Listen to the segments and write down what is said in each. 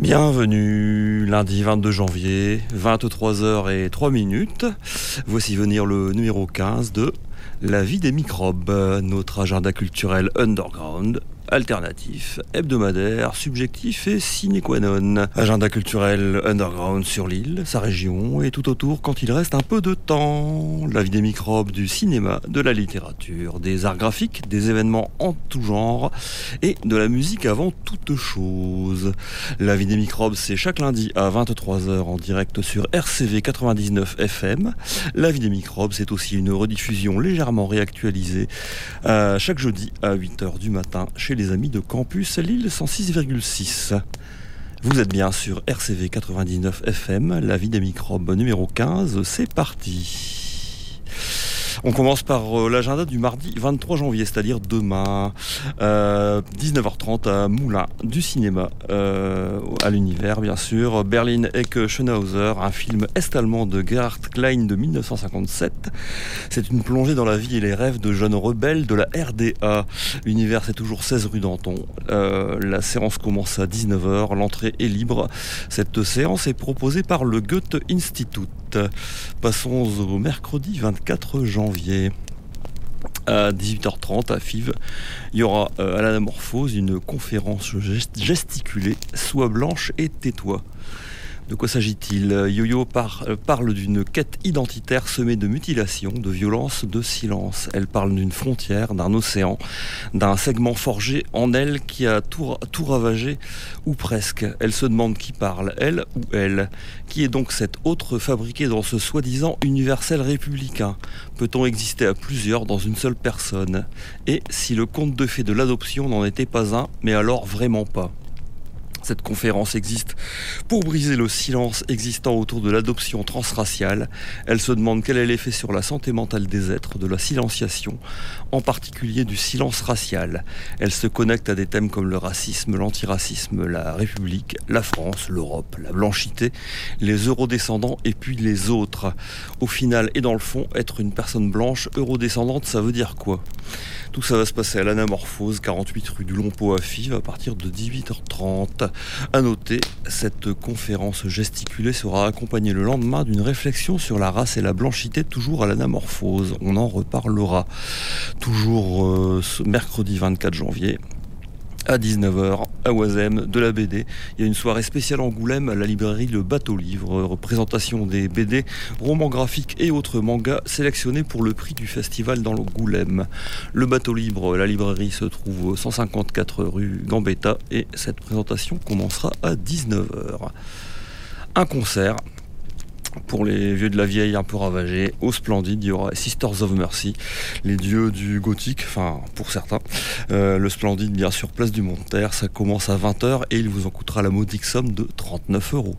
Bienvenue, lundi 22 janvier, 23h03. Voici venir le numéro 15 de La vie des microbes, notre agenda culturel underground, alternatif, hebdomadaire, subjectif et sine qua non. Agenda culturel underground sur l'île, sa région et tout autour quand il reste un peu de temps. La vie des microbes du cinéma, de la littérature, des arts graphiques, des événements en tout genre et de la musique avant toute chose. La vie des microbes, c'est chaque lundi à 23h en direct sur RCV 99 FM. La vie des microbes, c'est aussi une rediffusion légèrement réactualisée chaque jeudi à 8h du matin chez les amis de Campus Lille 106,6. Vous êtes bien sur RCV 99 FM, la vie des microbes numéro 15, c'est parti. On commence par l'agenda du mardi 23 janvier, c'est-à-dire demain, 19h30 à Moulins du cinéma, à l'univers bien sûr. Berlin Ecke Schönhauser, un film est-allemand de Gerhard Klein de 1957. C'est une plongée dans la vie et les rêves de jeunes rebelles de la RDA. L'univers, c'est toujours 16 rue Danton. La séance commence à 19h, l'entrée est libre. Cette séance est proposée par le Goethe Institut. Passons au mercredi 24 janvier. À 18h30 à Fives, il y aura à l'Anamorphose une conférence gesticulée « Sois blanche et tais-toi ». De quoi s'agit-il ? Yo-Yo parle d'une quête identitaire semée de mutilations, de violences, de silence. Elle parle d'une frontière, d'un océan, d'un segment forgé en elle qui a tout ravagé, ou presque. Elle se demande qui parle, elle ou elle. Qui est donc cet autre fabriqué dans ce soi-disant universel républicain ? Peut-on exister à plusieurs dans une seule personne ? Et si le conte de fées de l'adoption n'en était pas un, mais alors vraiment pas ? Cette conférence existe pour briser le silence existant autour de l'adoption transraciale. Elle se demande quel est l'effet sur la santé mentale des êtres de la silenciation, en particulier du silence racial. Elle se connecte à des thèmes comme le racisme, l'antiracisme, la République, la France, l'Europe, la blanchité, les eurodescendants et puis les autres. Au final et dans le fond, être une personne blanche eurodescendante, ça veut dire quoi ? Tout ça va se passer à l'Anamorphose, 48 rue du Lompeau à Fives, à partir de 18h30. À noter, cette conférence gesticulée sera accompagnée le lendemain d'une réflexion sur la race et la blanchité, toujours à l'Anamorphose. On en reparlera. Toujours ce mercredi 24 janvier. À 19h, à Oisem, de la BD. Il y a une soirée spéciale Angoulême à la librairie Le Bateau Livre. Représentation des BD, romans graphiques et autres mangas sélectionnés pour le prix du festival dans l'Angoulême. Le Bateau Livre, la librairie se trouve 154 rue Gambetta et cette présentation commencera à 19h. Un concert pour les vieux de la vieille un peu ravagés, au Splendide, il y aura Sisters of Mercy, les dieux du gothique, enfin pour certains. Le Splendide, bien sûr, place du Mont-de-Terre, ça commence à 20h et il vous en coûtera la modique somme de 39€.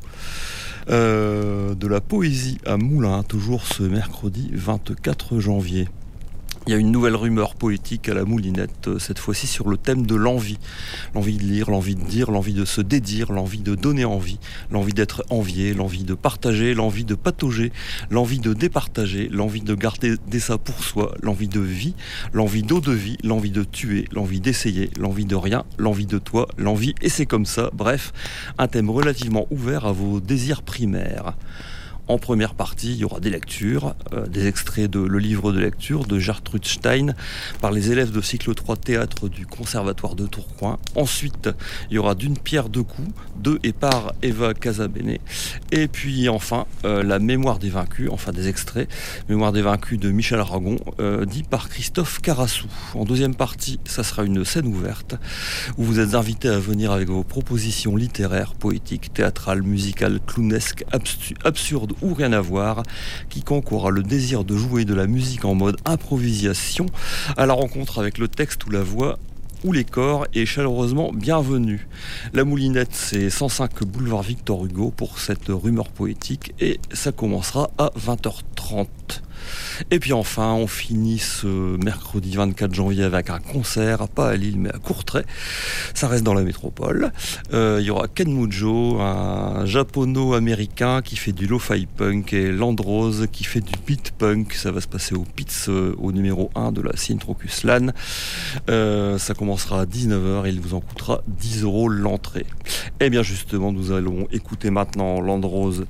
De la poésie à Moulins, toujours ce mercredi 24 janvier. Il y a une nouvelle rumeur poétique à la Moulinette, cette fois-ci sur le thème de l'envie. L'envie de lire, l'envie de dire, l'envie de se dédire, l'envie de donner envie, l'envie d'être envié, l'envie de partager, l'envie de patauger, l'envie de départager, l'envie de garder ça pour soi, l'envie de vie, l'envie d'eau de vie, l'envie de tuer, l'envie d'essayer, l'envie de rien, l'envie de toi, l'envie et c'est comme ça. Bref, un thème relativement ouvert à vos désirs primaires. En première partie, il y aura des lectures, des extraits de Le livre de lecture de Gertrude Stein par les élèves de cycle 3 théâtre du Conservatoire de Tourcoing. Ensuite, il y aura D'une pierre deux coups de et par Eva Casabene. Et puis enfin, La mémoire des vaincus, enfin des extraits, Mémoire des vaincus de Michel Aragon, dit par Christophe Carassou. En deuxième partie, ça sera une scène ouverte où vous êtes invités à venir avec vos propositions littéraires, poétiques, théâtrales, musicales, clownesques, absurdes ou rien à voir. Quiconque aura le désir de jouer de la musique en mode improvisation à la rencontre avec le texte ou la voix ou les corps est chaleureusement bienvenue. La Moulinette, c'est 105 boulevard Victor Hugo pour cette rumeur poétique et ça commencera à 20h30. Et puis enfin, on finit ce mercredi 24 janvier avec un concert, pas à Lille mais à Courtrai. Ça reste dans la métropole. Il y aura Ken Mujo, un japono-américain qui fait du lo-fi punk, et Landrose qui fait du beat punk. Ça va se passer au Pitz, au numéro 1 de la Sintrocus LAN. Ça commencera à 19h et il vous en coûtera 10 € l'entrée. Et bien justement, nous allons écouter maintenant Landrose.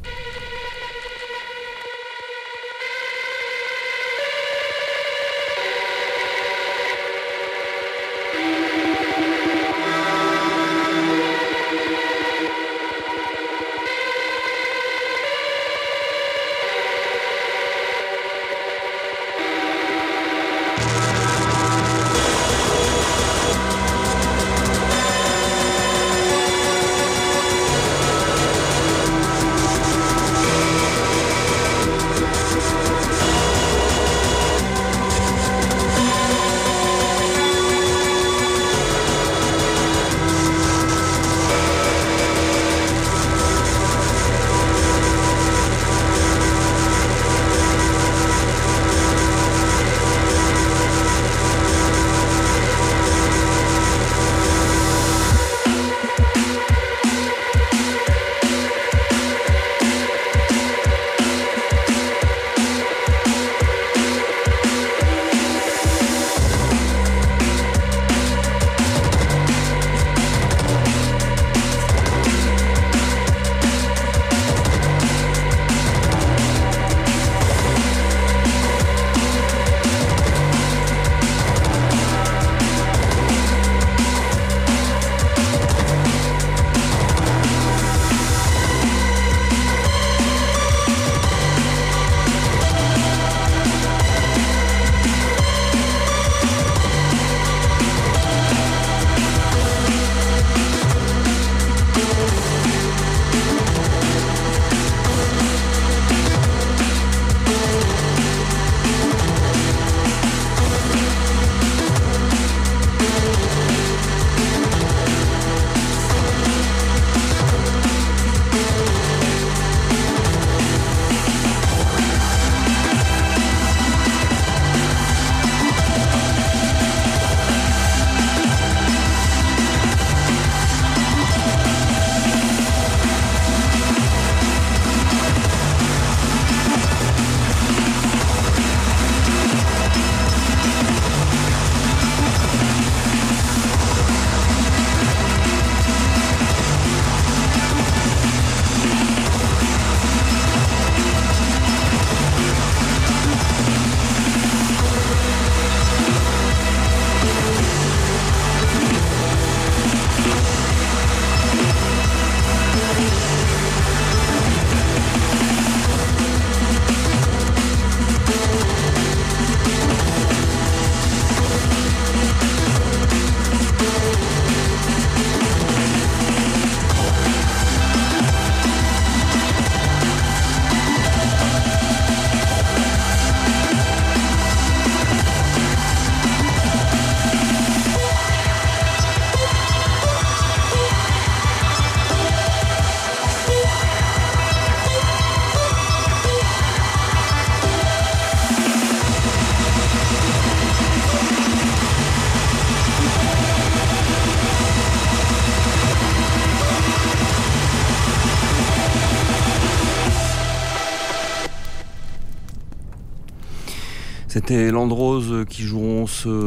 C'était Landrose qui jouera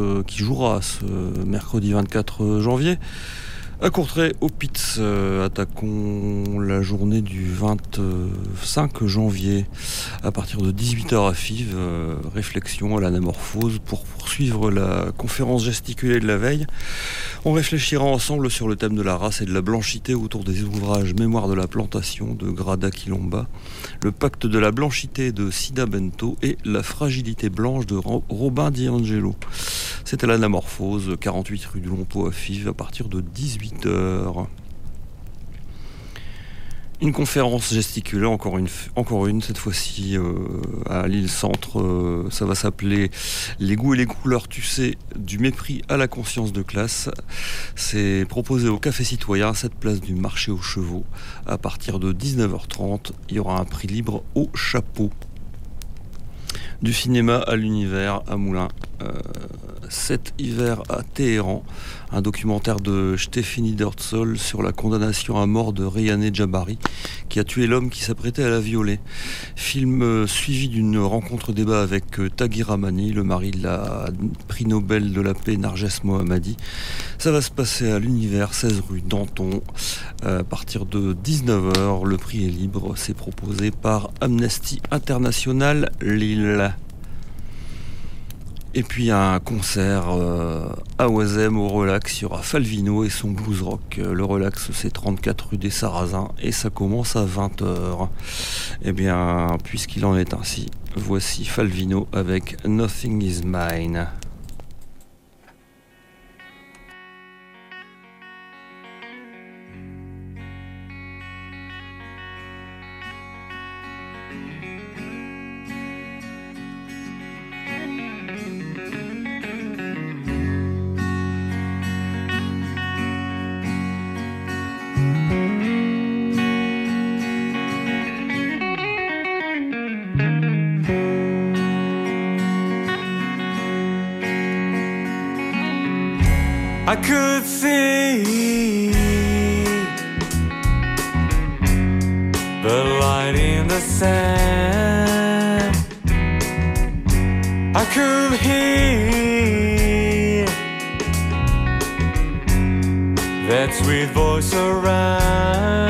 ce mercredi 24 janvier à Courtrai au Pitz. Attaquons la journée du 25 janvier à partir de 18h à Fives. Réflexion à l'anamorphose pour poursuivre la conférence gesticulée de la veille. On réfléchira ensemble sur le thème de la race et de la blanchité autour des ouvrages Mémoire de la plantation de Grada Quilomba, Le pacte de la blanchité de Sida Bento et La fragilité blanche de Robin DiAngelo. C'était l'anamorphose, 48 rue du Lompeau à Fives à partir de 18h. Une conférence gesticulée, encore une cette fois-ci à Lille Centre. Ça va s'appeler Les goûts et les couleurs, tu sais, du mépris à la conscience de classe. C'est proposé au Café Citoyen, à cette place du marché aux chevaux. À partir de 19h30, il y aura un prix libre au chapeau. Du cinéma à l'univers à Moulins. 7 hivers à Téhéran, un documentaire de Stéphanie Dertzol sur la condamnation à mort de Reyhaneh Djabari, qui a tué l'homme qui s'apprêtait à la violer. Film suivi d'une rencontre débat avec Taghi Rahmani, le mari de la prix Nobel de la paix Narges Mohammadi. Ça va se passer à l'univers, 16 rue Danton, à partir de 19h. Le prix est libre, c'est proposé par Amnesty International Lille. Et puis un concert à Oisem au Relax, il y aura Falvino et son blues rock. Le Relax, c'est 34 rue des Sarrasins et ça commence à 20h. Eh bien, puisqu'il en est ainsi, voici Falvino avec Nothing Is Mine. I could see the light in the sand. I could hear that sweet voice around.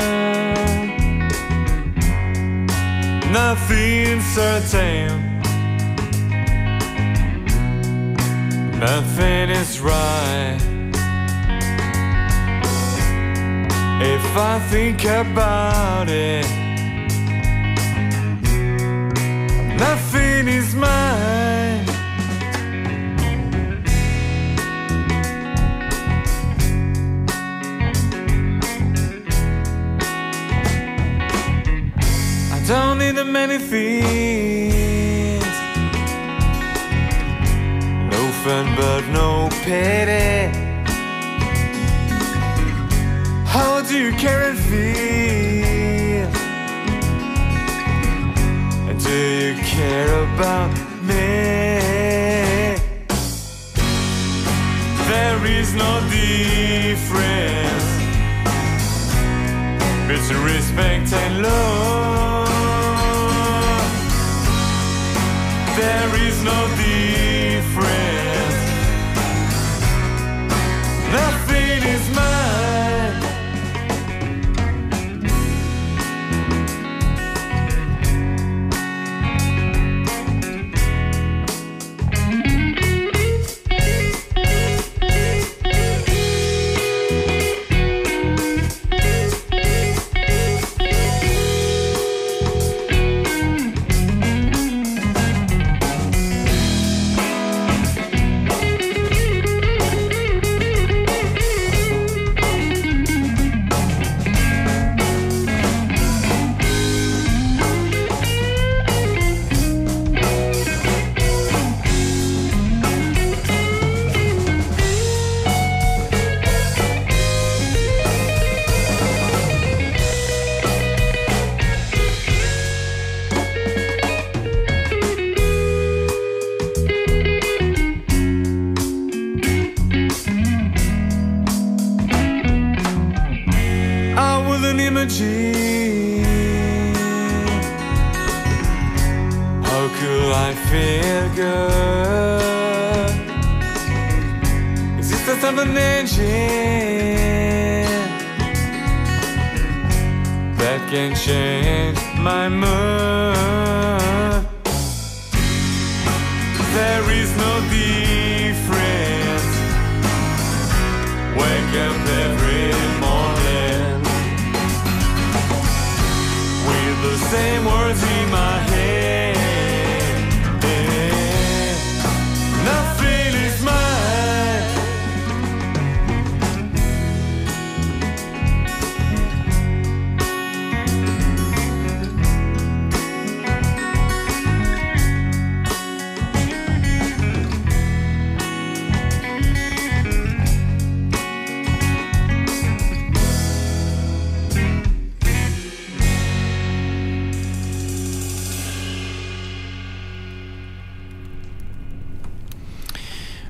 Nothing certain, nothing is right. If I think about it, nothing is mine. I don't need the many things, no fun but no pity. How do you care and feel? And do you care about me? There is no difference between respect and love. There is no difference. Nothing is mine. How could I feel good? Is this the type of engine that can change my mood? There is no difference. Wake up every morning with the same words in my head. Nothing is mine.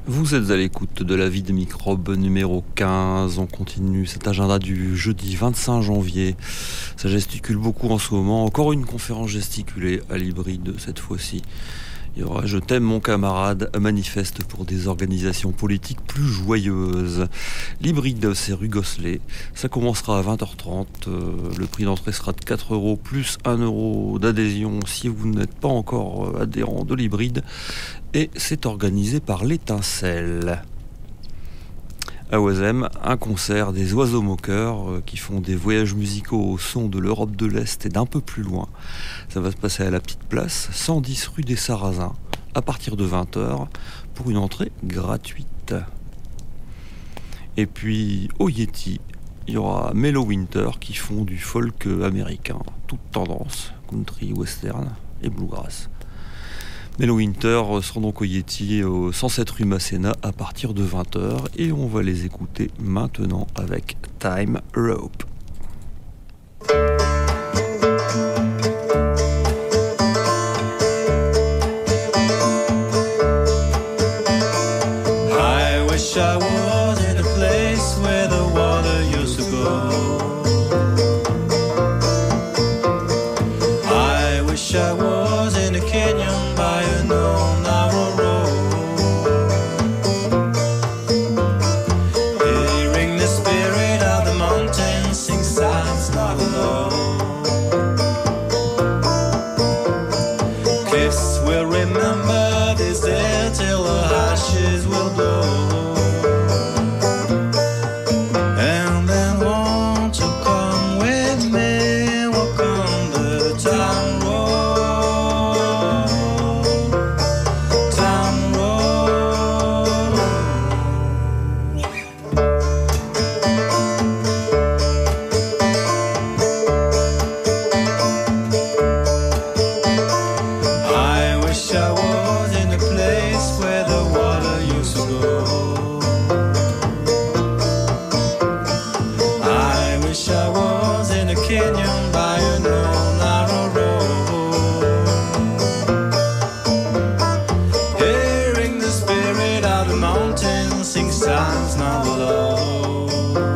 Vous êtes à l'écoute de la vie des microbes numéro 15. On continue cet agenda du jeudi 25 janvier. Ça gesticule beaucoup en ce moment. Encore une conférence gesticulée à l'hybride cette fois-ci. Il y aura Je t'aime mon camarade, un manifeste pour des organisations politiques plus joyeuses. L'hybride, c'est rue Gosselet. Ça commencera à 20h30. Le prix d'entrée sera de 4 € plus 1 € d'adhésion si vous n'êtes pas encore adhérent de l'hybride. Et c'est organisé par l'Étincelle. À Oisem, un concert des oiseaux moqueurs qui font des voyages musicaux au son de l'Europe de l'Est et d'un peu plus loin. Ça va se passer à la Petite Place, 110 rue des Sarrasins, à partir de 20h, pour une entrée gratuite. Et puis, au Yeti, il y aura Mellow Winter qui font du folk américain, toute tendance, country, western et bluegrass. Mellow Winter seront donc au Yeti au 107 rue Masséna à partir de 20h et on va les écouter maintenant avec Time Rope. I wish I was in a place where the water used to go. I wish I was in a canyon by an old narrow road, hearing the spirit of the mountains sing sounds not alone. Cliffs will remember this day till the ashes will blow. And then won't you come with me, walk on the town road, town road. I wish I was in a place where the water used to go. I wish I was in a canyon by an old narrow road, hearing the spirit of the mountains sing sounds not low.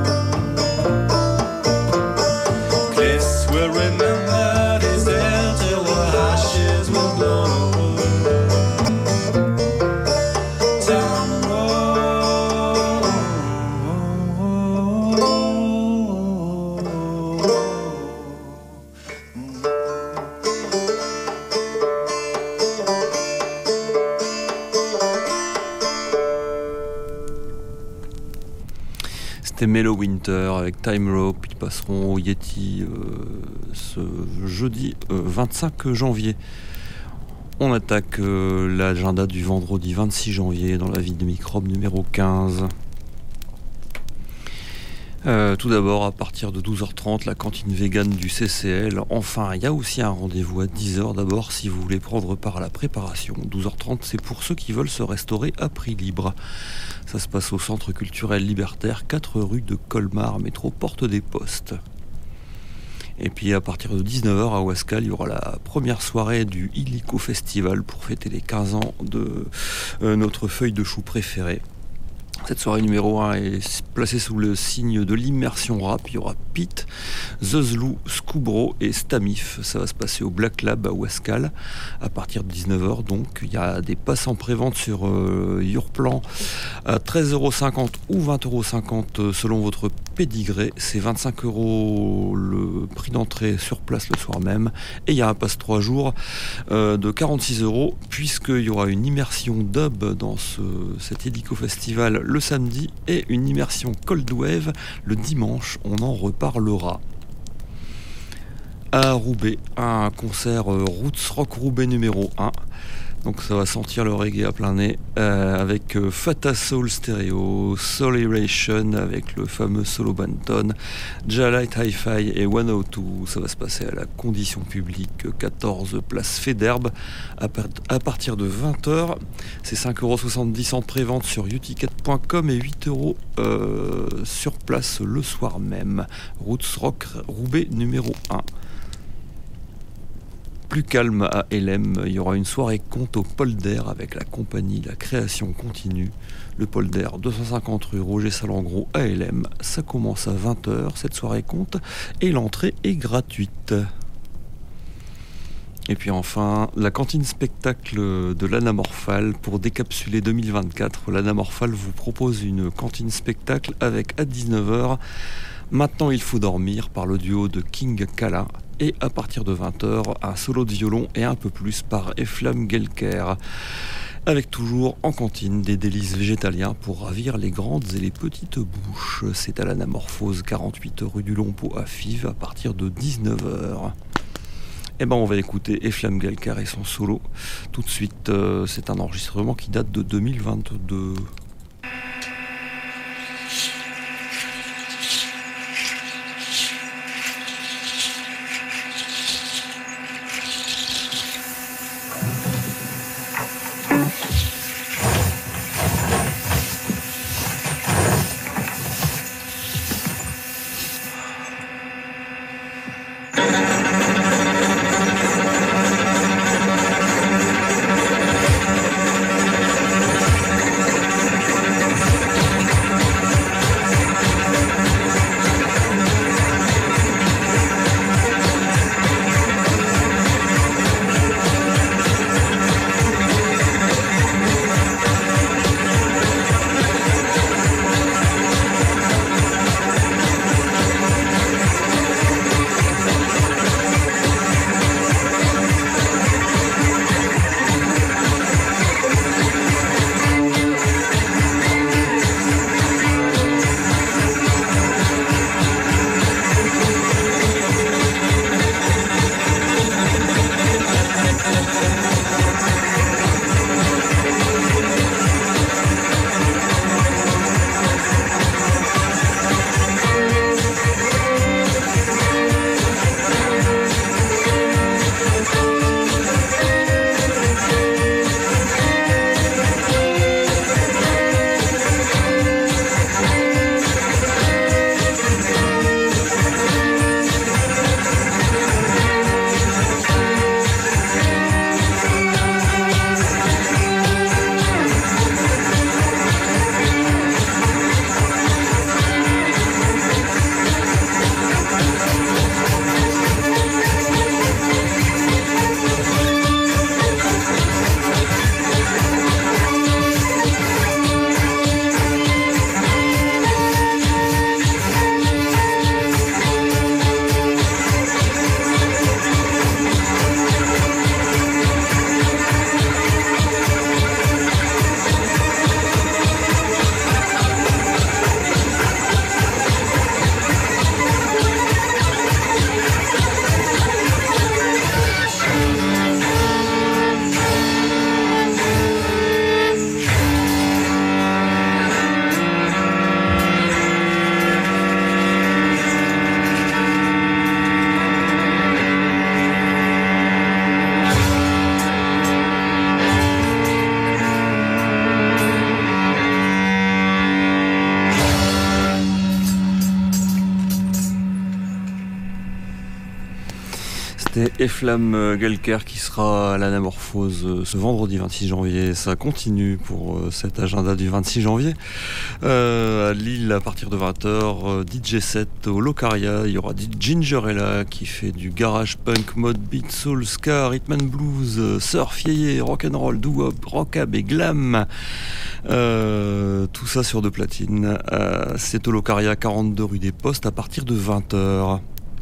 Cliffs will remember this day till the ashes will blow. Town road. C'était Mellow Winter avec Time Rope. Ils passeront au Yeti ce jeudi 25 janvier. On attaque l'agenda du vendredi 26 janvier dans la vie de microbe numéro 15. Tout d'abord, à partir de 12h30, la cantine végane du CCL. Enfin, il y a aussi un rendez-vous à 10h d'abord si vous voulez prendre part à la préparation. 12h30, c'est pour ceux qui veulent se restaurer à prix libre. Ça se passe au Centre culturel libertaire, 4 rue de Colmar, métro Porte des Postes. Et puis à partir de 19h à Ouascal, il y aura la première soirée du Illico Festival pour fêter les 15 ans de notre feuille de chou préférée. Cette soirée numéro 1 est placée sous le signe de l'immersion rap. Il y aura Pete, Zezlou, Scoubro et Stamif. Ça va se passer au Black Lab à Ouascal à partir de 19h. Donc il y a des passes en pré-vente sur Yourplan à 13,50 € ou 20,50 € selon votre pédigré. C'est 25 € le prix d'entrée sur place le soir même. Et il y a un passe 3 jours de 46 € puisqu'il y aura une immersion dub dans cet Illico Festival le samedi et une immersion Cold Wave le dimanche. On en reparlera. À Roubaix, un concert Roots Rock Roubaix numéro 1. Donc ça va sentir le reggae à plein nez avec Fata Soul Stereo, Soleration avec le fameux Solo Banton, Jalite Hi-Fi et 102. Ça va se passer à la Condition Publique, 14 place Féderbe à partir de 20h. C'est 5,70 € en pré-vente sur uticket.com et 8 € sur place le soir même. Roots Rock Roubaix numéro 1. Plus calme à LM, il y aura une soirée conte au Polder avec la compagnie La Création Continue. Le Polder, 250 rue Roger Salengro à LM. Ça commence à 20h, cette soirée conte, et l'entrée est gratuite. Et puis enfin, la cantine spectacle de l'Anamorphale pour décapsuler 2024. L'Anamorphale vous propose une cantine spectacle avec à 19h Maintenant il faut dormir par le duo de King Kala. Et à partir de 20h, un solo de violon et un peu plus par Eflam Gelker. Avec toujours en cantine des délices végétaliens pour ravir les grandes et les petites bouches. C'est à l'Anamorphose 48 rue du Lompeau à Fives à partir de 19h. Eh ben on va écouter Eflam Gelker et son solo. Tout de suite, c'est un enregistrement qui date de 2022. Eflam Gelker qui sera à l'Anamorphose ce vendredi 26 janvier. Ça continue pour cet agenda du 26 janvier. À Lille, à partir de 20h, DJ set au Locaria. Il y aura Gingerella qui fait du garage punk, mode beat, soul, ska, rhythm and blues, surf, yéyé, rock'n'roll, doo-wop, rockab et glam. Tout ça sur deux platines. C'est au Locaria, 42 rue des Postes à partir de 20h.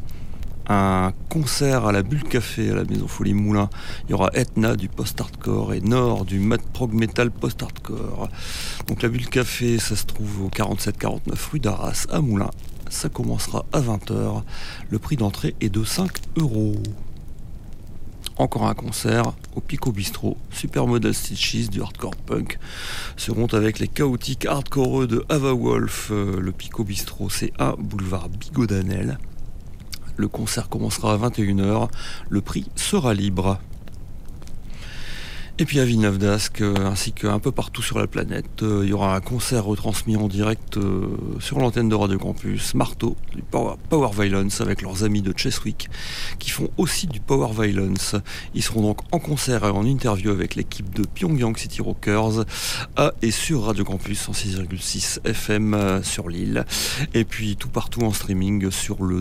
Un concert à la Bulle Café à la Maison Folie Moulin. Il y aura Etna du post-hardcore et Nord du mat prog metal post-hardcore. Donc la Bulle Café, ça se trouve au 47-49 rue d'Arras à Moulins. Ça commencera à 20h. Le prix d'entrée est de 5 €. Encore un concert au Pico Bistro. Supermodel Stitches du hardcore punk seront avec les chaotiques hardcoreux de Ava Wolf. Le Pico Bistro, c'est 1 boulevard Bigot-Danel. Le concert commencera à 21h, le prix sera libre. Et puis à Villeneuve d'Ascq, ainsi qu'un peu partout sur la planète, il y aura un concert retransmis en direct sur l'antenne de Radio Campus, Marteau, du Power Violence, avec leurs amis de Cheswick, qui font aussi du Power Violence. Ils seront donc en concert et en interview avec l'équipe de Pyongyang City Rockers, à et sur Radio Campus en 6,6 FM sur l'île. Et puis tout partout en streaming sur le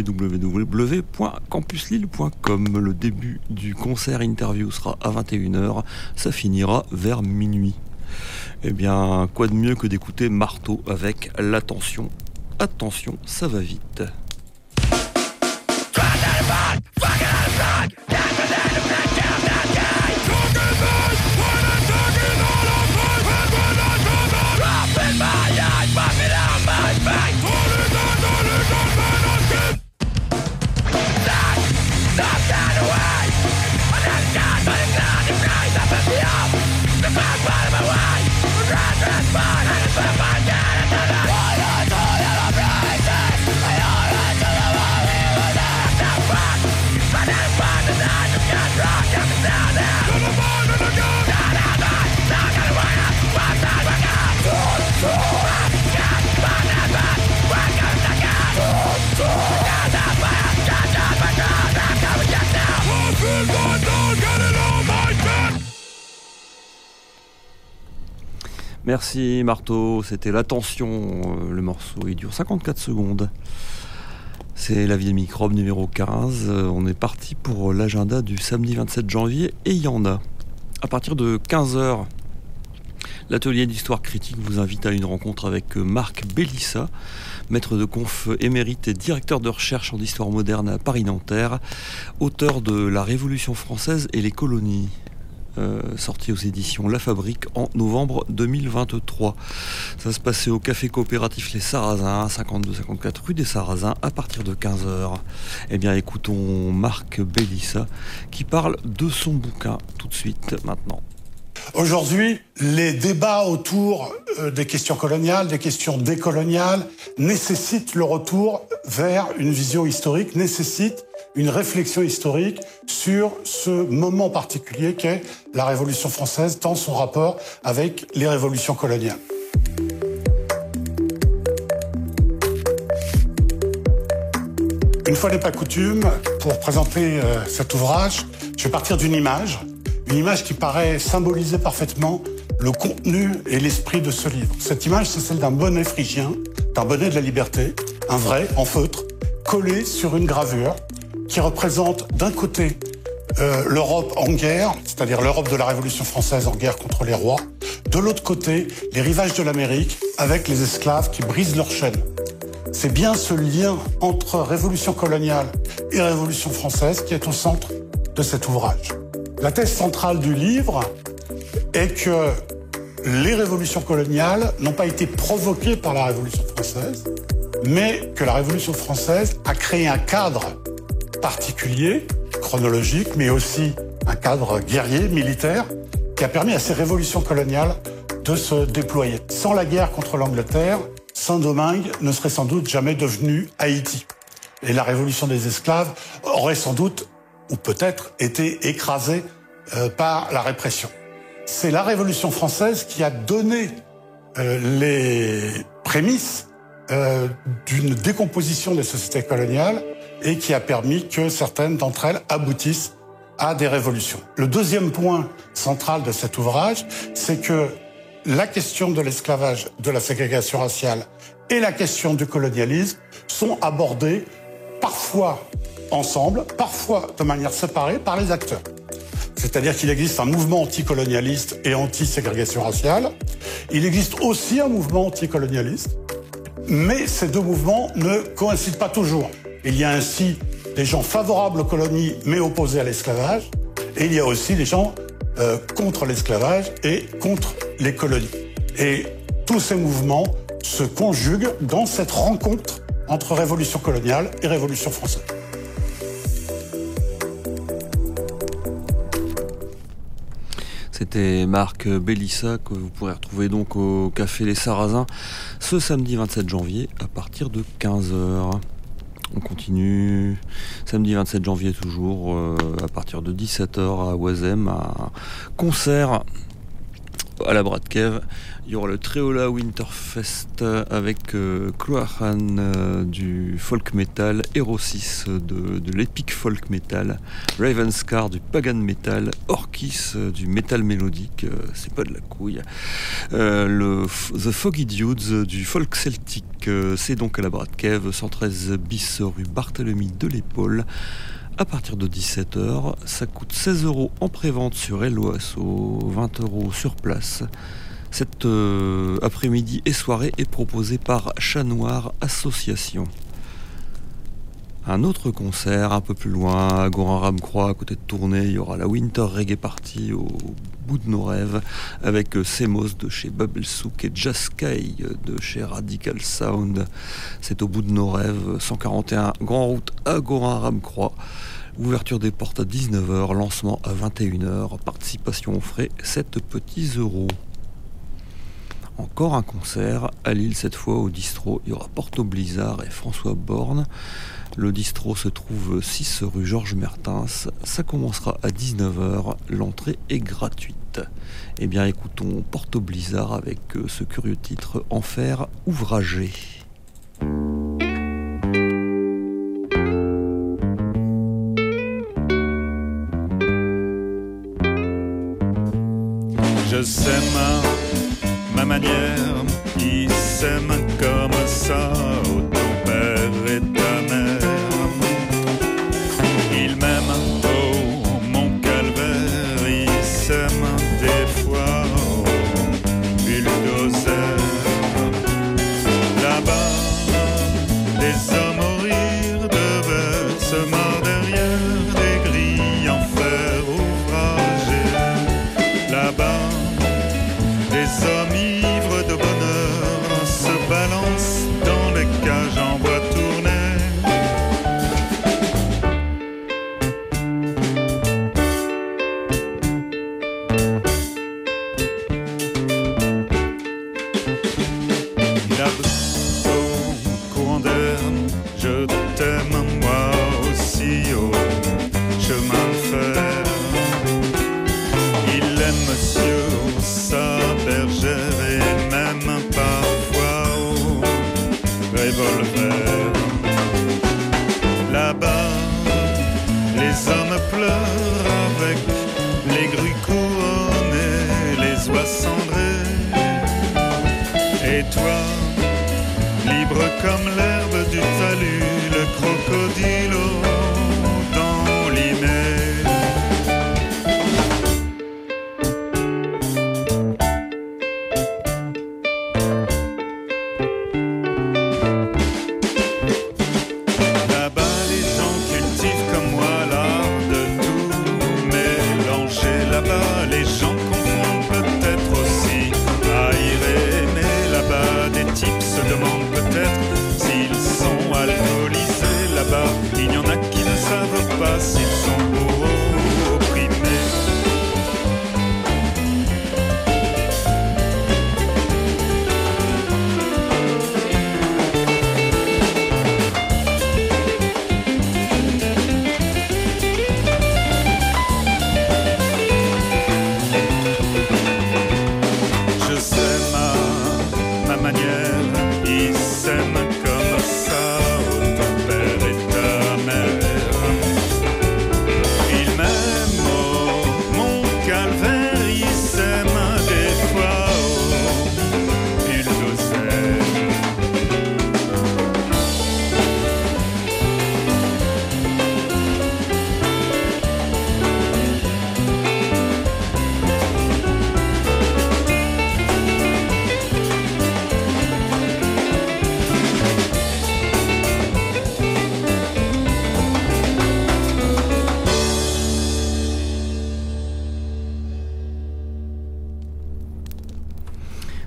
www.campuslille.com. Le début du concert interview sera à 21h. Ça finira vers minuit. Eh bien, quoi de mieux que d'écouter Marteau avec l'attention. Attention, ça va vite. Merci Marteau, c'était l'attention, le morceau il dure 54 secondes. C'est La vie des microbes numéro 15, on est parti pour l'agenda du samedi 27 janvier et il y en a. À partir de 15h, l'atelier d'histoire critique vous invite à une rencontre avec Marc Bélissa, maître de conf émérite et directeur de recherche en histoire moderne à Paris-Nanterre, auteur de La Révolution française et les colonies. Sorti aux éditions La Fabrique en novembre 2023. Ça va se passer au café coopératif Les Sarrasins, 52-54 rue des Sarrasins, à partir de 15h. Eh bien, écoutons Marc Bélissa qui parle de son bouquin tout de suite, maintenant. Aujourd'hui, les débats autour des questions coloniales, des questions décoloniales, nécessitent le retour vers une vision historique, nécessitent une réflexion historique sur ce moment particulier qu'est la Révolution française, dans son rapport avec les révolutions coloniales. Une fois n'est pas coutume, pour présenter cet ouvrage, je vais partir d'une image qui paraît symboliser parfaitement le contenu et l'esprit de ce livre. Cette image, c'est celle d'un bonnet phrygien, d'un bonnet de la liberté, un vrai, en feutre, collé sur une gravure, qui représente d'un côté l'Europe en guerre, c'est-à-dire l'Europe de la Révolution française en guerre contre les rois, de l'autre côté les rivages de l'Amérique avec les esclaves qui brisent leurs chaînes. C'est bien ce lien entre révolution coloniale et révolution française qui est au centre de cet ouvrage. La thèse centrale du livre est que les révolutions coloniales n'ont pas été provoquées par la Révolution française, mais que la Révolution française a créé un cadre particulier, chronologique, mais aussi un cadre guerrier, militaire, qui a permis à ces révolutions coloniales de se déployer. Sans la guerre contre l'Angleterre, Saint-Domingue ne serait sans doute jamais devenu Haïti. Et la révolution des esclaves aurait sans doute, ou peut-être, été écrasée par la répression. C'est la Révolution française qui a donné les prémices d'une décomposition des sociétés coloniales et qui a permis que certaines d'entre elles aboutissent à des révolutions. Le deuxième point central de cet ouvrage, c'est que la question de l'esclavage, de la ségrégation raciale et la question du colonialisme sont abordées parfois ensemble, parfois de manière séparée par les acteurs. C'est-à-dire qu'il existe un mouvement anticolonialiste et anti-ségrégation raciale. Il existe aussi un mouvement anticolonialiste, mais ces deux mouvements ne coïncident pas toujours. Il y a ainsi des gens favorables aux colonies mais opposés à l'esclavage, et il y a aussi des gens contre l'esclavage et contre les colonies. Et tous ces mouvements se conjuguent dans cette rencontre entre révolution coloniale et révolution française. C'était Marc Bélissa que vous pourrez retrouver donc au Café Les Sarrasins ce samedi 27 janvier à partir de 15h. On continue samedi 27 janvier toujours à partir de 17h à Oisem, à concert à la Bratkev. Il y aura le Treola Winterfest avec Cloachan du folk metal, Erosis de l'epic folk metal, Ravenscar du pagan metal, Orkis du metal mélodique, c'est pas de la couille, The Foggy Dudes du folk celtique, c'est donc à la Bratkev, 113 bis rue Barthélemy de l'Épaule. À partir de 17h, ça coûte 16 € en prévente sur Hello Asso, 20 € sur place. Cette après-midi et soirée est proposée par Chat Noir Association. Un autre concert un peu plus loin, à Gorin-Ramcroix, à côté de Tournai, il y aura la Winter Reggae Party au bout de nos rêves, avec Semos de chez Babelsouk et Jazz Sky de chez Radical Sound. C'est au bout de nos rêves, 141 Grand Route à Gorin-Ramcroix. Ouverture des portes à 19h, lancement à 21h, participation aux frais 7 petits euros. Encore un concert à Lille, cette fois au Distro. Il y aura Porto Blizzard et François Borne. Le Distro se trouve 6 rue Georges Mertens. Ça commencera à 19h. L'entrée est gratuite. Eh bien, écoutons Porto Blizzard avec ce curieux titre Enfer ouvragé. Je sème ma manière, ils s'aiment comme ça, oh, ton père et ta mère. Ils m'aiment, oh, mon calvaire, ils s'aiment des fois, oh, bulldozer. Là-bas, les hommes au rire devaient se marrer derrière des grilles en fer ouvragé. Là-bas, des hommes ivres de bonheur se balancent dans les cages en bois tourné. Là-bas, au courant d'air, je t'aime moi aussi au chemin de fer. Il aime monsieur sa bergère et même parfois au revolver. Là-bas, les hommes pleurent avec les grues couronnées, les oies cendrées. Et toi, libre comme l'herbe du talus, le crocodile dans l'imé. Il y en a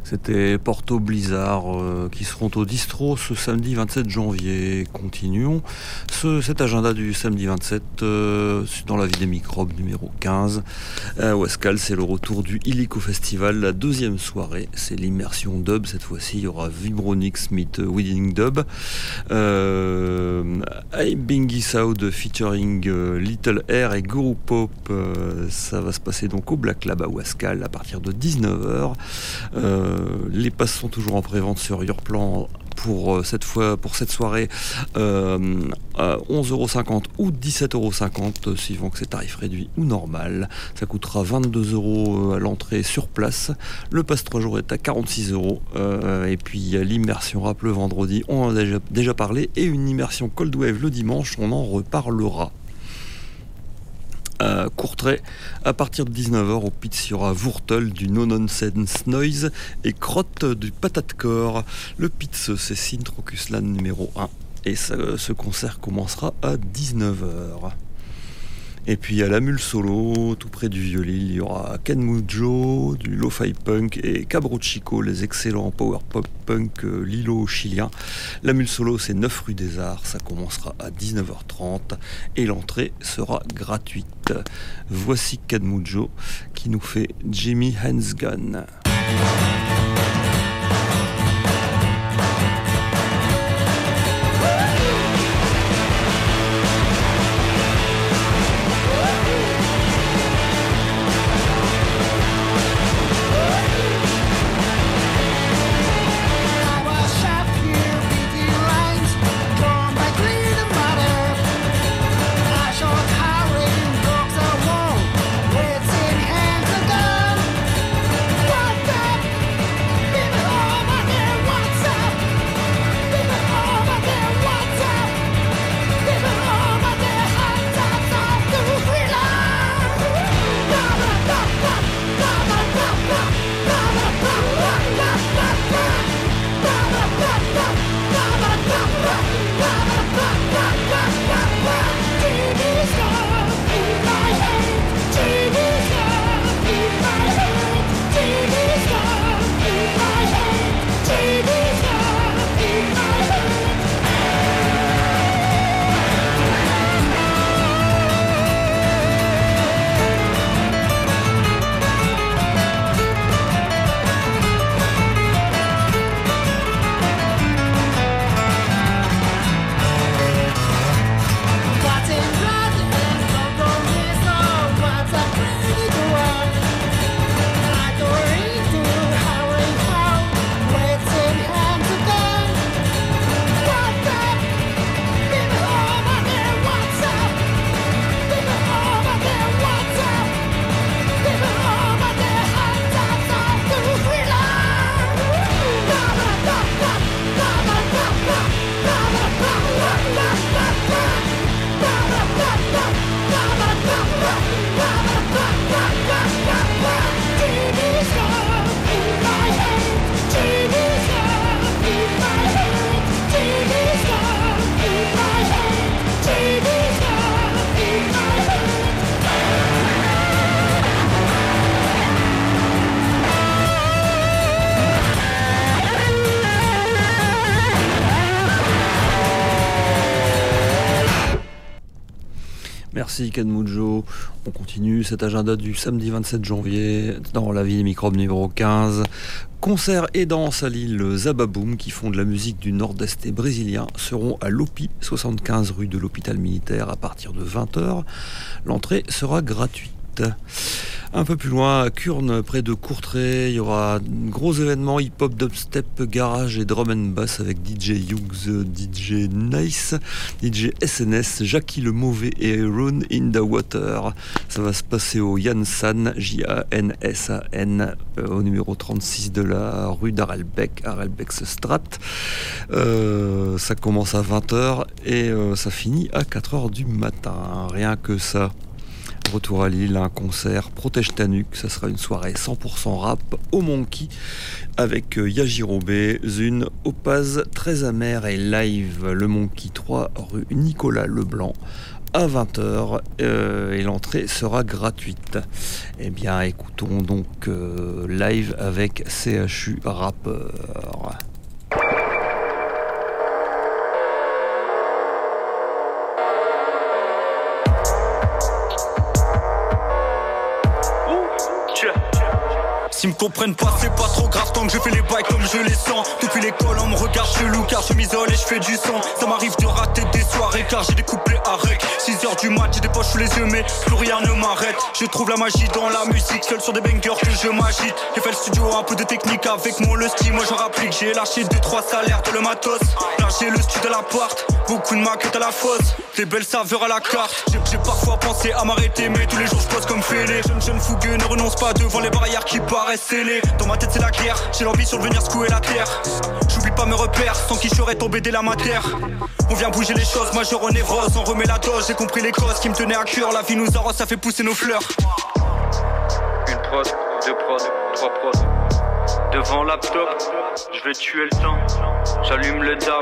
C'était Porto Blizzard qui seront au Distro ce samedi 27 janvier. Continuons cet agenda du samedi 27 dans la vie des microbes numéro 15. À Ouascal, c'est le retour du Illico Festival, la deuxième soirée. C'est l'immersion dub. Cette fois-ci, il y aura Vibronix meet Wedding Dub. Bingy Sound featuring Little Air et Guru Pop. Ça va se passer donc au Black Lab à Ouascal à partir de 19h. Les passes sont toujours en pré-vente sur Yourplan pour cette soirée à 11,50€ ou 17,50€ suivant que c'est tarif réduit ou normal. Ça coûtera 22€ à l'entrée sur place. Le pass 3 jours est à 46€. Et puis il y a l'immersion rap le vendredi, on en a déjà parlé, et une immersion Cold Wave le dimanche, on en reparlera. À Courtrai, à partir de 19h au Pitz, il y aura Wurtel du No Nonsense Noise et Crotte du Patate Corps. Le Pitz, c'est Sintrocusland numéro 1 et ce concert commencera à 19h. Et puis à la Mule Solo, tout près du Vieux-Lille, il y aura Ken Mujo, du Lo-Fi Punk et Cabro Chico, les excellents power pop punk lilo-chiliens. La Mule Solo, c'est 9 rue des Arts, ça commencera à 19h30 et l'entrée sera gratuite. Voici Ken Mujo qui nous fait Jimmy Handsgun. Merci Ken Mujo. On continue cet agenda du samedi 27 janvier dans la vie des microbes numéro 15. Concert et danse à l'île Zababoum qui font de la musique du nord-est et brésilien seront à l'OPI, 75 rue de l'hôpital militaire à partir de 20h. L'entrée sera gratuite. Un peu plus loin, à Curne, près de Courtrai, il y aura un gros événement hip-hop, dubstep, garage et drum and bass avec DJ Hughes, DJ Nice, DJ SNS, Jackie le Mauvais et Run in the Water. Ça va se passer au Jansan, Jansan, au numéro 36 de la rue d'Arelbeck, Arelbeckstrat. Ça commence à 20h et ça finit à 4h du matin. Rien que ça. Retour à Lille, un concert Protège ta nuque, ça sera une soirée 100% rap au Monkey avec Yajirobe, Zune, Opaz, Très Amer et Live, le Monkey 3 rue Nicolas Leblanc à 20h et l'entrée sera gratuite. Eh bien, écoutons donc live avec CHU Rappeur. S'ils me comprennent pas, c'est pas trop grave tant que je fais les bails comme je les sens. Depuis l'école, on me regarde chelou car je m'isole et je fais du son. Ça m'arrive de rater des soirées car j'ai des couplets à rec. 6h du mat, j'ai des poches sous les yeux mais plus rien ne m'arrête. Je trouve la magie dans la musique, seul sur des bangers que je m'agite. J'ai fait le studio, un peu de technique avec mon lusty, moi j'en rapplique. J'ai lâché 2-3 salaires de le matos. Là j'ai le studio à l'appart, beaucoup de maquettes à la fosse. Des belles saveurs à la carte. J'ai parfois pensé à m'arrêter mais tous les jours je pose comme fêlé. Jeune fougueux ne renonce pas devant les barrières qui paraissent scellées. Dans ma tête c'est la guerre, j'ai l'ambition de venir secouer la terre. J'oublie pas mes repères, sans qui j'aurais tombé dès la matière. On vient bouger les choses, majeur en névrose, on remet la dose. J'ai compris les causes qui me tenaient à cœur, la vie nous arrose, ça fait pousser nos fleurs. Une prod, 2 prod, 3 prod. Devant laptop, je vais tuer le temps. J'allume le down,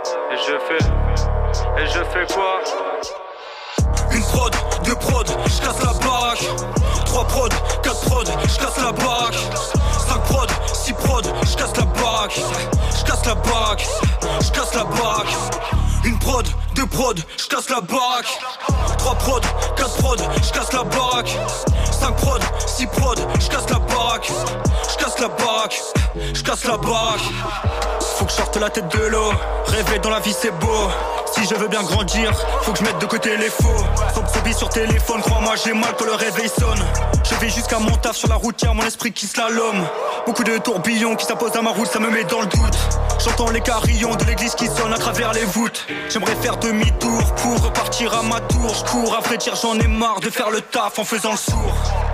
et je fais quoi? Une prod, 2 prod, je casse la baraque. 3 prod, 4 prod, je casse la baraque. 5 prod, 6 prod, je casse la baraque. Je casse la baraque, je casse la baraque. Une prod, 2 prod, je casse la baraque. 3 prod, 4 prod, je casse la baraque. 5 prod, 6 prod, je casse la baraque. Je casse la baraque, je casse la baraque. Faut que je sorte la tête de l'eau. Rêver dans la vie c'est beau. Si je veux bien grandir, faut que je mette de côté les faux. Sans vie sur téléphone, crois-moi j'ai mal quand le réveil sonne. Je vais jusqu'à mon taf sur la routière, mon esprit qui slalom. Beaucoup de tourbillons qui s'imposent à ma route, ça me met dans le doute. J'entends les carillons de l'église qui sonnent à travers les voûtes. J'aimerais faire demi-tour pour repartir à ma tour. Je cours, à vrai dire j'en ai marre de faire le taf en faisant le sourd.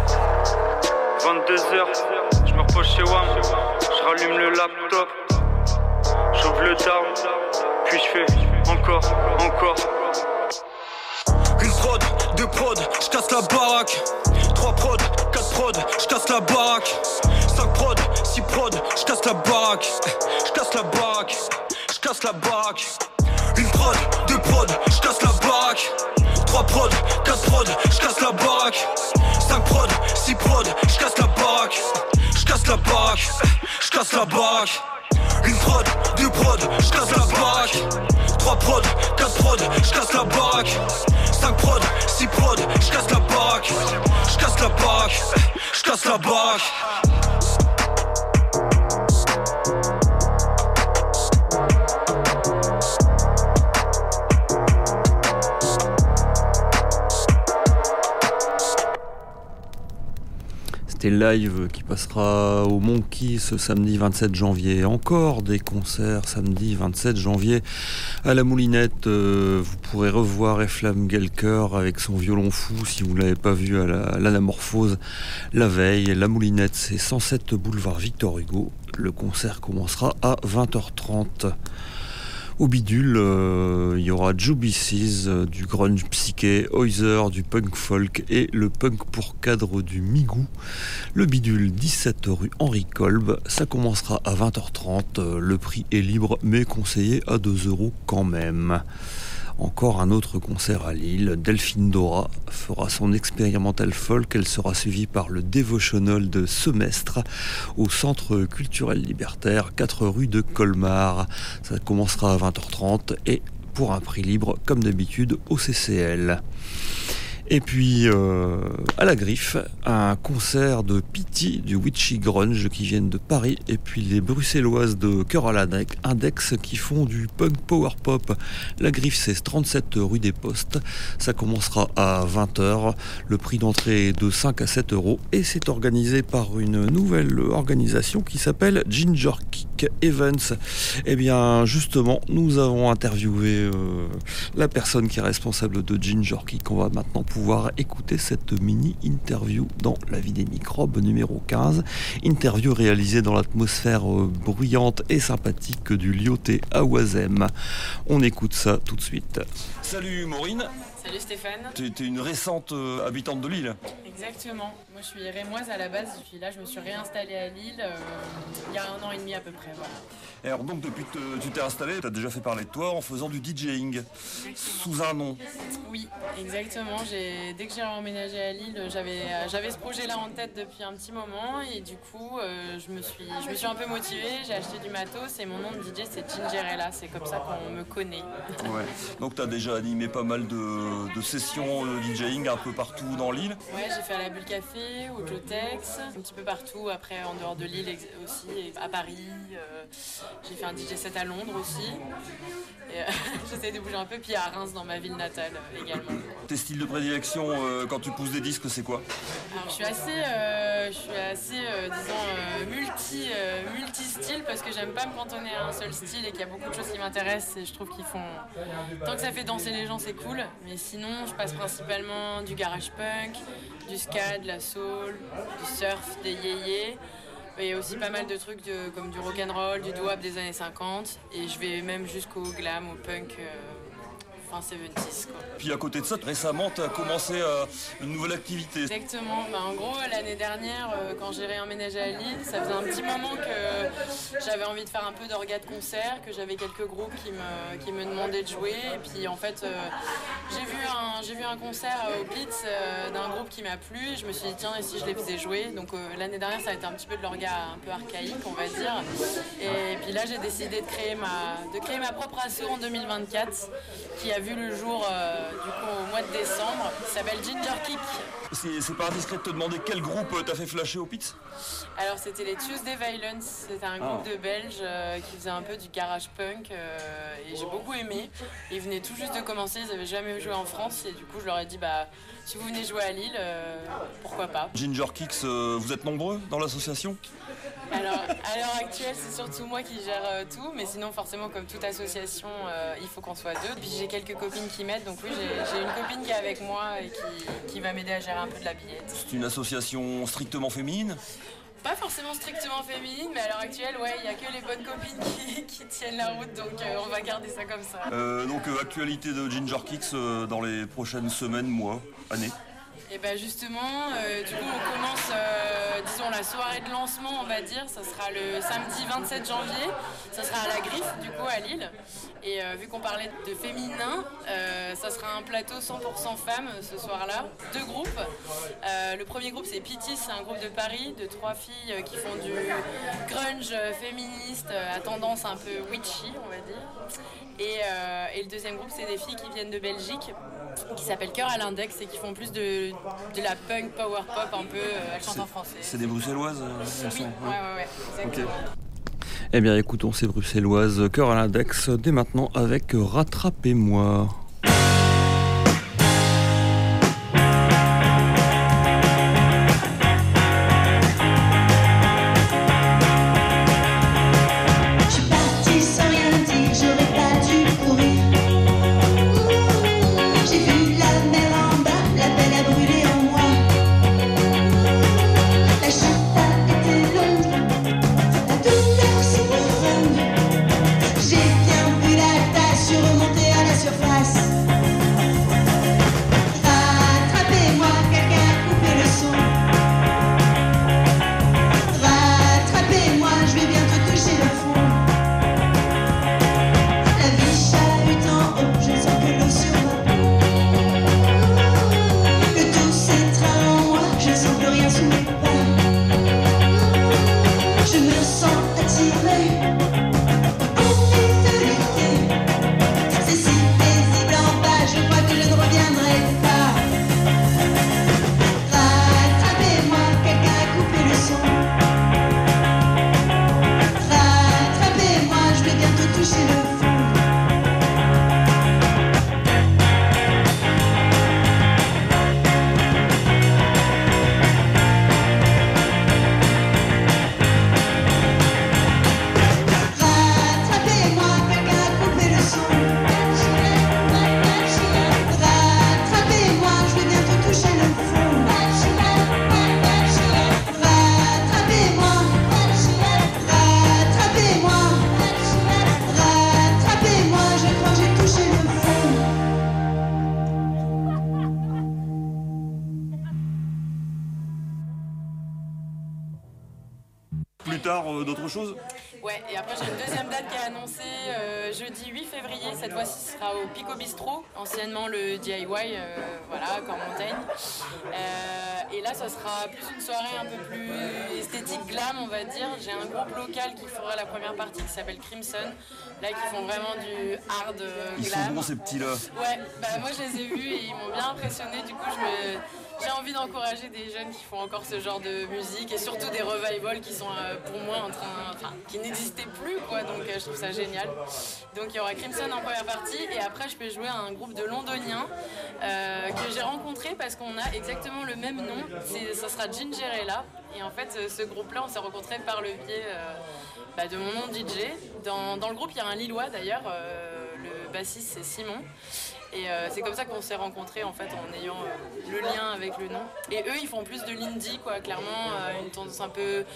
22h, je me repose chez WAM. Je rallume le laptop, j'ouvre le down, puis je fais encore. Une prod, 2 prod, je casse la baraque. 3 prod, 4 prod, je casse la baraque. 5 prod, 6 prod, je casse la baraque. Je casse la baraque, je casse la baraque. Une prod, 2 prod, je casse la baraque. 3 prod, 4 prod, je casse la baraque. 5 prod, 6 prod, je casse la baraque. Je casse la baraque, je casse la baraque. Une prod, 2 prod, je casse la baraque. 3 prod, 4 prod, je casse la baraque. 5 prod, 6 prod, je casse la baraque. Je casse la baraque, je casse la baraque. Live qui passera au Monkey ce samedi 27 janvier. Encore des concerts samedi 27 janvier à la Moulinette. Vous pourrez revoir Eflam Gelker avec son violon fou si vous ne l'avez pas vu à l'Anamorphose la veille. La Moulinette, c'est 107 boulevard Victor Hugo. Le concert commencera à 20h30. Au bidule, il y aura Jubicees, du grunge psyché, Oyser, du punk folk et le punk pour cadre du Migou. Le bidule, 17 rue Henri Kolb, ça commencera à 20h30. Le prix est libre mais conseillé à 2 € quand même. Encore un autre concert à Lille, Delphine Dora fera son expérimental folk, elle sera suivie par le Devotional de Semestre au Centre culturel libertaire, 4 rue de Colmar. Ça commencera à 20h30 et pour un prix libre comme d'habitude au CCL. Et puis à la Griffe, un concert de Pity du Witchy Grunge qui viennent de Paris, et puis les bruxelloises de Cœur à l'Index qui font du punk power pop. La Griffe, c'est 37 rue des Postes, ça commencera à 20h, le prix d'entrée est de 5 à 7 € et c'est organisé par une nouvelle organisation qui s'appelle Ginger Kick Events. Et bien justement, nous avons interviewé la personne qui est responsable de Ginger Kick. On va maintenant pouvoir écouter cette mini-interview dans La vie des microbes numéro 15. Interview réalisée dans l'atmosphère bruyante et sympathique du Lyoté à Oisem. On écoute ça tout de suite. Salut Maureen. Salut Stéphane. T'es une récente habitante de Lille. Exactement. Moi je suis rémoise à la base, puis là je me suis réinstallée à Lille il y a 1 an et demi à peu près. Voilà. Et alors donc depuis que tu t'es installé, t'as déjà fait parler de toi en faisant du DJing sous un nom. Oui, exactement. Dès que j'ai emménagé à Lille, j'avais ce projet-là en tête depuis un petit moment et du coup je me suis un peu motivée, j'ai acheté du matos et mon nom de DJ c'est Gingerella, c'est comme ça qu'on me connaît. Ouais. Donc t'as déjà animé pas mal de sessions de DJing un peu partout dans l'île. Ouais, j'ai fait à la Bulle Café, au Jotex, un petit peu partout, après en dehors de Lille aussi, et à Paris. J'ai fait un DJ set à Londres aussi. J'essaie de bouger un peu, puis à Reims dans ma ville natale également. Tes styles de prédilection quand tu pousses des disques, c'est quoi? Alors, je suis assez multi-style parce que j'aime pas me cantonner à un seul style et qu'il y a beaucoup de choses qui m'intéressent et je trouve qu'ils font... Tant que ça fait danser les gens, c'est cool. Mais sinon, je passe principalement du garage punk, du ska, de la soul, du surf, des yéyés. Et aussi pas mal de trucs comme du rock'n'roll, du doo-wop des années 50. Et je vais même jusqu'au glam, au punk fin 70s. Quoi. Puis à côté de ça, récemment, tu as commencé une nouvelle activité. Exactement. En gros, l'année dernière, quand j'ai réemménagé à Lille, ça faisait un petit moment que j'avais envie de faire un peu d'orga de concert, que j'avais quelques groupes qui me demandaient de jouer. Et puis en fait, j'ai vu un concert au Pitts d'un groupe qui m'a plu. Et je me suis dit, tiens, et si je les faisais jouer? Donc l'année dernière, ça a été un petit peu de l'orga un peu archaïque, on va dire. Et puis là, j'ai décidé de créer ma propre asso en 2024, qui a vu le jour du coup au mois de décembre, qui s'appelle Ginger Kick. C'est pas indiscret de te demander quel groupe t'as fait flasher au Pitts? Alors c'était les Tuesday Violence, c'était un groupe de Belges qui faisait un peu du garage punk et j'ai beaucoup aimé. Ils venaient tout juste de commencer, ils avaient jamais joué en France et du coup je leur ai dit si vous venez jouer à Lille, pourquoi pas. Ginger Kicks, vous êtes nombreux dans l'association? Alors à l'heure actuelle c'est surtout moi qui gère tout, mais sinon forcément comme toute association il faut qu'on soit deux. Puis j'ai quelques copines qui m'aident, donc oui j'ai une copine qui est avec moi et qui va m'aider à gérer un peu de la billette. C'est une association strictement féminine? Pas forcément strictement féminine, mais à l'heure actuelle, il n'y a que les bonnes copines qui tiennent la route, donc on va garder ça comme ça. Donc actualité de Ginger Kicks dans les prochaines semaines, mois, années? Et bien justement, du coup on commence, disons la soirée de lancement on va dire, ça sera le samedi 27 janvier, ça sera à la Griffe du coup à Lille. Et vu qu'on parlait de féminin, ça sera un plateau 100% femmes ce soir-là, 2 groupes. Le premier groupe c'est Pittis, c'est un groupe de Paris, de 3 filles qui font du grunge féministe à tendance un peu witchy on va dire. Et le deuxième groupe c'est des filles qui viennent de Belgique, qui s'appellent Cœur à l'index et qui font plus de la punk power pop un peu, elles chantent en français. C'est des bruxelloises Oui, ouais, exactement. Okay. Eh bien écoutons ces bruxelloises Cœur à l'index dès maintenant avec Rattrapez-moi. tard d'autres choses? Ouais, et après j'ai une deuxième date qui est annoncée jeudi 8 février. Cette fois-ci, ce sera au Pico Bistro, anciennement le DIY, voilà, Corps Montaigne. Et là, ça sera plus une soirée un peu plus esthétique, glam, on va dire. J'ai un groupe local qui fera la première partie qui s'appelle Crimson, là qui font vraiment du hard glam. Ils sont bons ces petits-là. Ouais, bah moi je les ai vus et ils m'ont bien impressionné. Du coup, j'ai envie d'encourager des jeunes qui font encore ce genre de musique et surtout des revivals qui sont pour moi qui n'existaient plus, quoi. Donc je trouve ça génial. Donc il y aura Crimson en première partie et après je peux jouer à un groupe de Londoniens que j'ai rencontré parce qu'on a exactement le même nom. Ça sera Gingerella. Et en fait, ce groupe-là, on s'est rencontrés par le biais de mon nom de DJ. Dans le groupe, il y a un Lillois d'ailleurs. Le bassiste, c'est Simon. Et c'est comme ça qu'on s'est rencontrés en fait, en ayant le lien avec le nom. Et eux, ils font plus de l'indie, quoi, clairement, une tendance un peu,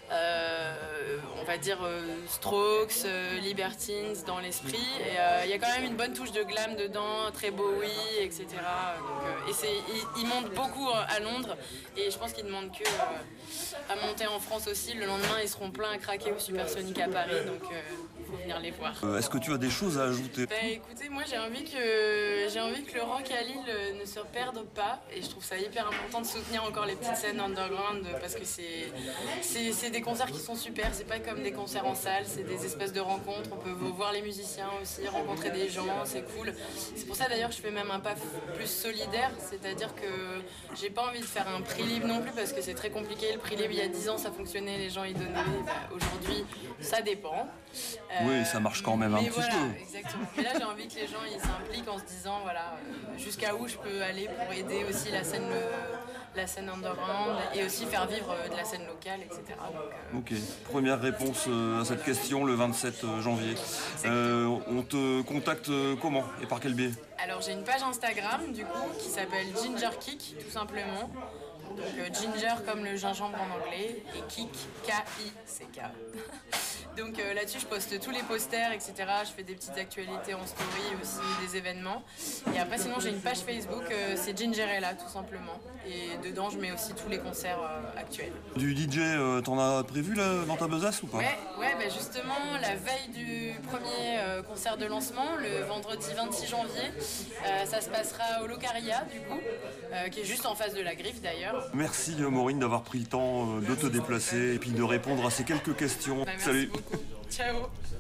on va dire, Strokes, Libertines dans l'esprit. Et il y a quand même une bonne touche de glam dedans, très Bowie, etc. Donc, ils montent beaucoup à Londres et je pense qu'ils ne demandent que à monter en France aussi. Le lendemain, ils seront pleins à craquer au Supersonic à Paris, donc il faut venir les voir. Est-ce que tu as des choses à ajouter? Écoutez, moi j'ai envie que le rock à Lille ne se perde pas et je trouve ça hyper important de soutenir encore les petites scènes underground parce que c'est des concerts qui sont super, c'est pas comme des concerts en salle, c'est des espèces de rencontres, on peut voir les musiciens aussi, rencontrer des gens, c'est cool. C'est pour ça d'ailleurs que je fais même un pas plus solidaire, c'est-à-dire que j'ai pas envie de faire un prix libre non plus parce que c'est très compliqué, le prix libre il y a 10 ans ça fonctionnait, les gens y donnaient, aujourd'hui ça dépend. Oui, ça marche quand même un petit peu. Exactement. Mais là j'ai envie que les gens ils s'impliquent en se disant voilà, jusqu'à où je peux aller pour aider aussi la scène underground et aussi faire vivre de la scène locale, etc. Donc, Ok, première réponse à cette question le 27 janvier. On te contacte comment et par quel biais? Alors j'ai une page Instagram du coup qui s'appelle Ginger Kick tout simplement. Donc ginger comme le gingembre en anglais et kick, K-I-C-K. Donc là-dessus je poste tous les posters, etc. Je fais des petites actualités en story aussi, des événements. Et après sinon j'ai une page Facebook, c'est Gingerella tout simplement. Et dedans je mets aussi tous les concerts actuels. Du DJ, t'en as prévu là dans ta besace ou pas? Ouais, bah justement la veille du premier concert de lancement, le vendredi 26 janvier, ça se passera au Locaria du coup, qui est juste en face de la Griffe d'ailleurs. Merci Maureen d'avoir pris le temps de te déplacer et puis de répondre à ces quelques questions. Salut. Beaucoup. Ciao.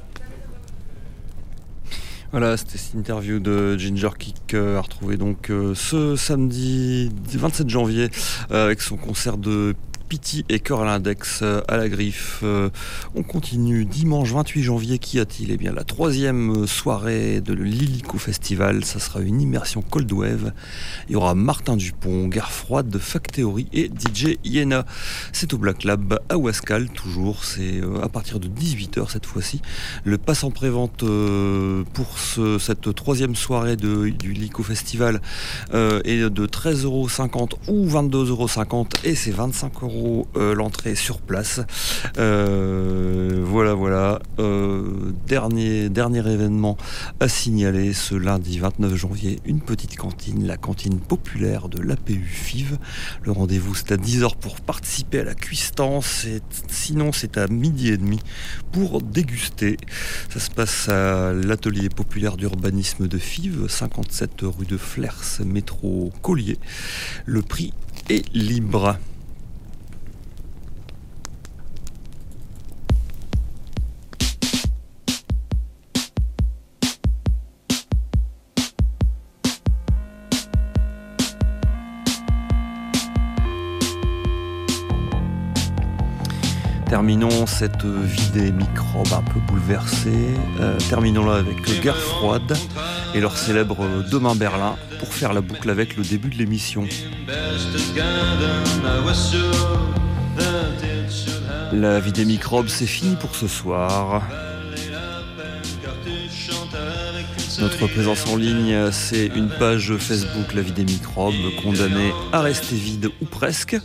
Voilà, c'était cette interview de Ginger Kick à retrouver donc ce samedi 27 janvier avec son concert de Pity et Cœur à l'index à la Griffe. On continue dimanche 28 janvier. Qu'y a-t-il? Eh bien, la troisième soirée de l'Illico Festival. Ça sera une immersion Cold Wave. Il y aura Martin Dupont, Guerre Froide, Factory et DJ Iena. C'est au Black Lab à Ouascal, toujours. C'est à partir de 18h cette fois-ci. Le pass en prévente pour cette troisième soirée du Illico Festival est de 13,50€ ou 22,50€ et c'est 25€ l'entrée sur place. Voilà. Dernier événement à signaler ce lundi 29 janvier, une petite cantine, la cantine populaire de l'APU FIV. Le rendez-vous c'est à 10h pour participer à la cuistance, sinon c'est à 12h30 pour déguster. Ça se passe à l'atelier populaire d'urbanisme de FIV, 57 rue de Flers, métro Collier. Le prix est libre. Terminons cette vie des microbes un peu bouleversée. Terminons-la avec Guerre Froide et leur célèbre Demain Berlin pour faire la boucle avec le début de l'émission. La vie des microbes, c'est fini pour ce soir. Notre présence en ligne, c'est une page Facebook, La vie des microbes, condamnée à rester vide ou presque.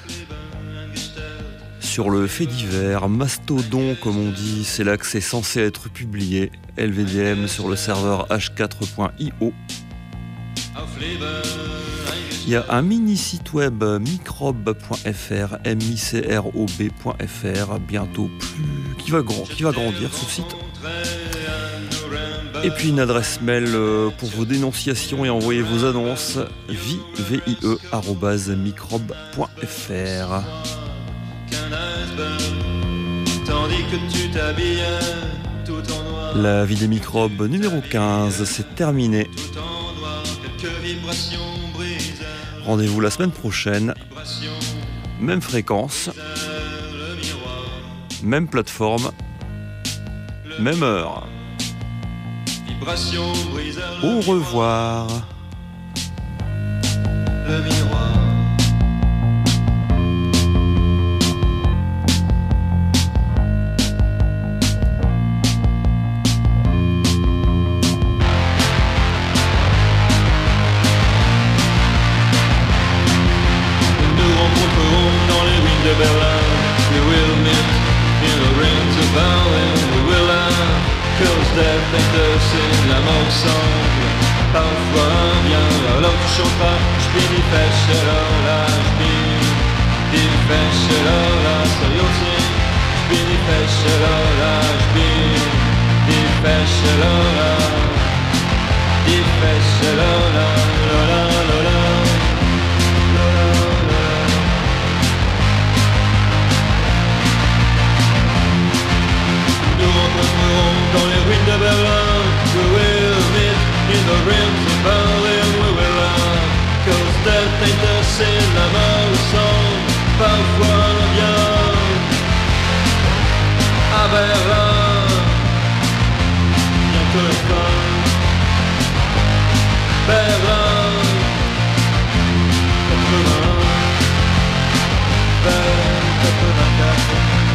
Sur le fait divers, Mastodon comme on dit, c'est là que c'est censé être publié. LVDM sur le serveur h4.io. Il y a un mini site web microbe.fr, microb.fr, bientôt qui va grandir ce site. Et puis une adresse mail pour vos dénonciations et envoyer vos annonces, vie@microbe.fr. La vie des microbes numéro 15, c'est terminé. Rendez-vous la semaine prochaine, même fréquence, même plateforme, même heure. Au revoir. Le miroir. Nous rencontrerons dans les ruines de Berlin. We will meet in the rings of Berlin. We will laugh, cause death ain't the sin, la mort ensemble. Parfois bien, alors tu chanteras. J'bin die Fächelola, j'bin die Fächelola, soll ich singen? J'bin die Fächelola, j'bin die Fächelola, die Fächelola, lola, lola, lola, lola. Nous rencontrerons dans les ruines de Berlin. We will meet in the rims of Berlin. We will laugh, cause death ain't the sin, la mort ensemble, parfois le bien. À Berlin, bientôt la fin. Berlin, 80, vers 84.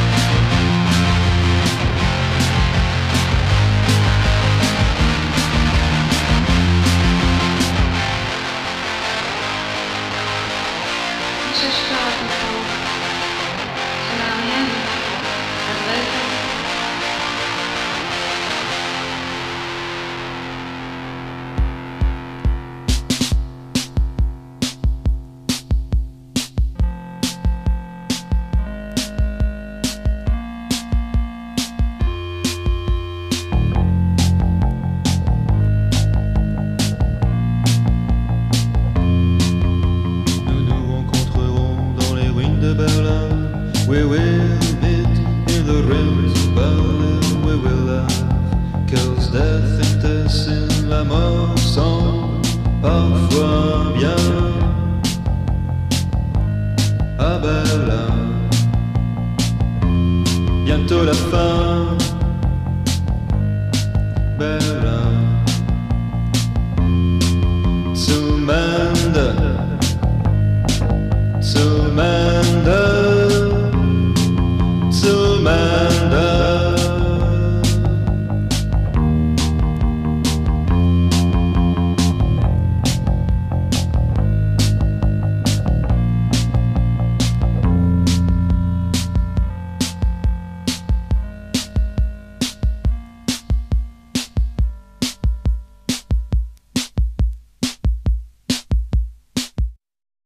We will meet in the rims of Berlin. We will laugh, cause death ain't the sin, la mort semble parfois bien. À Berlin, bientôt la fin. Berlin, Zumende, Zumende, Zumende.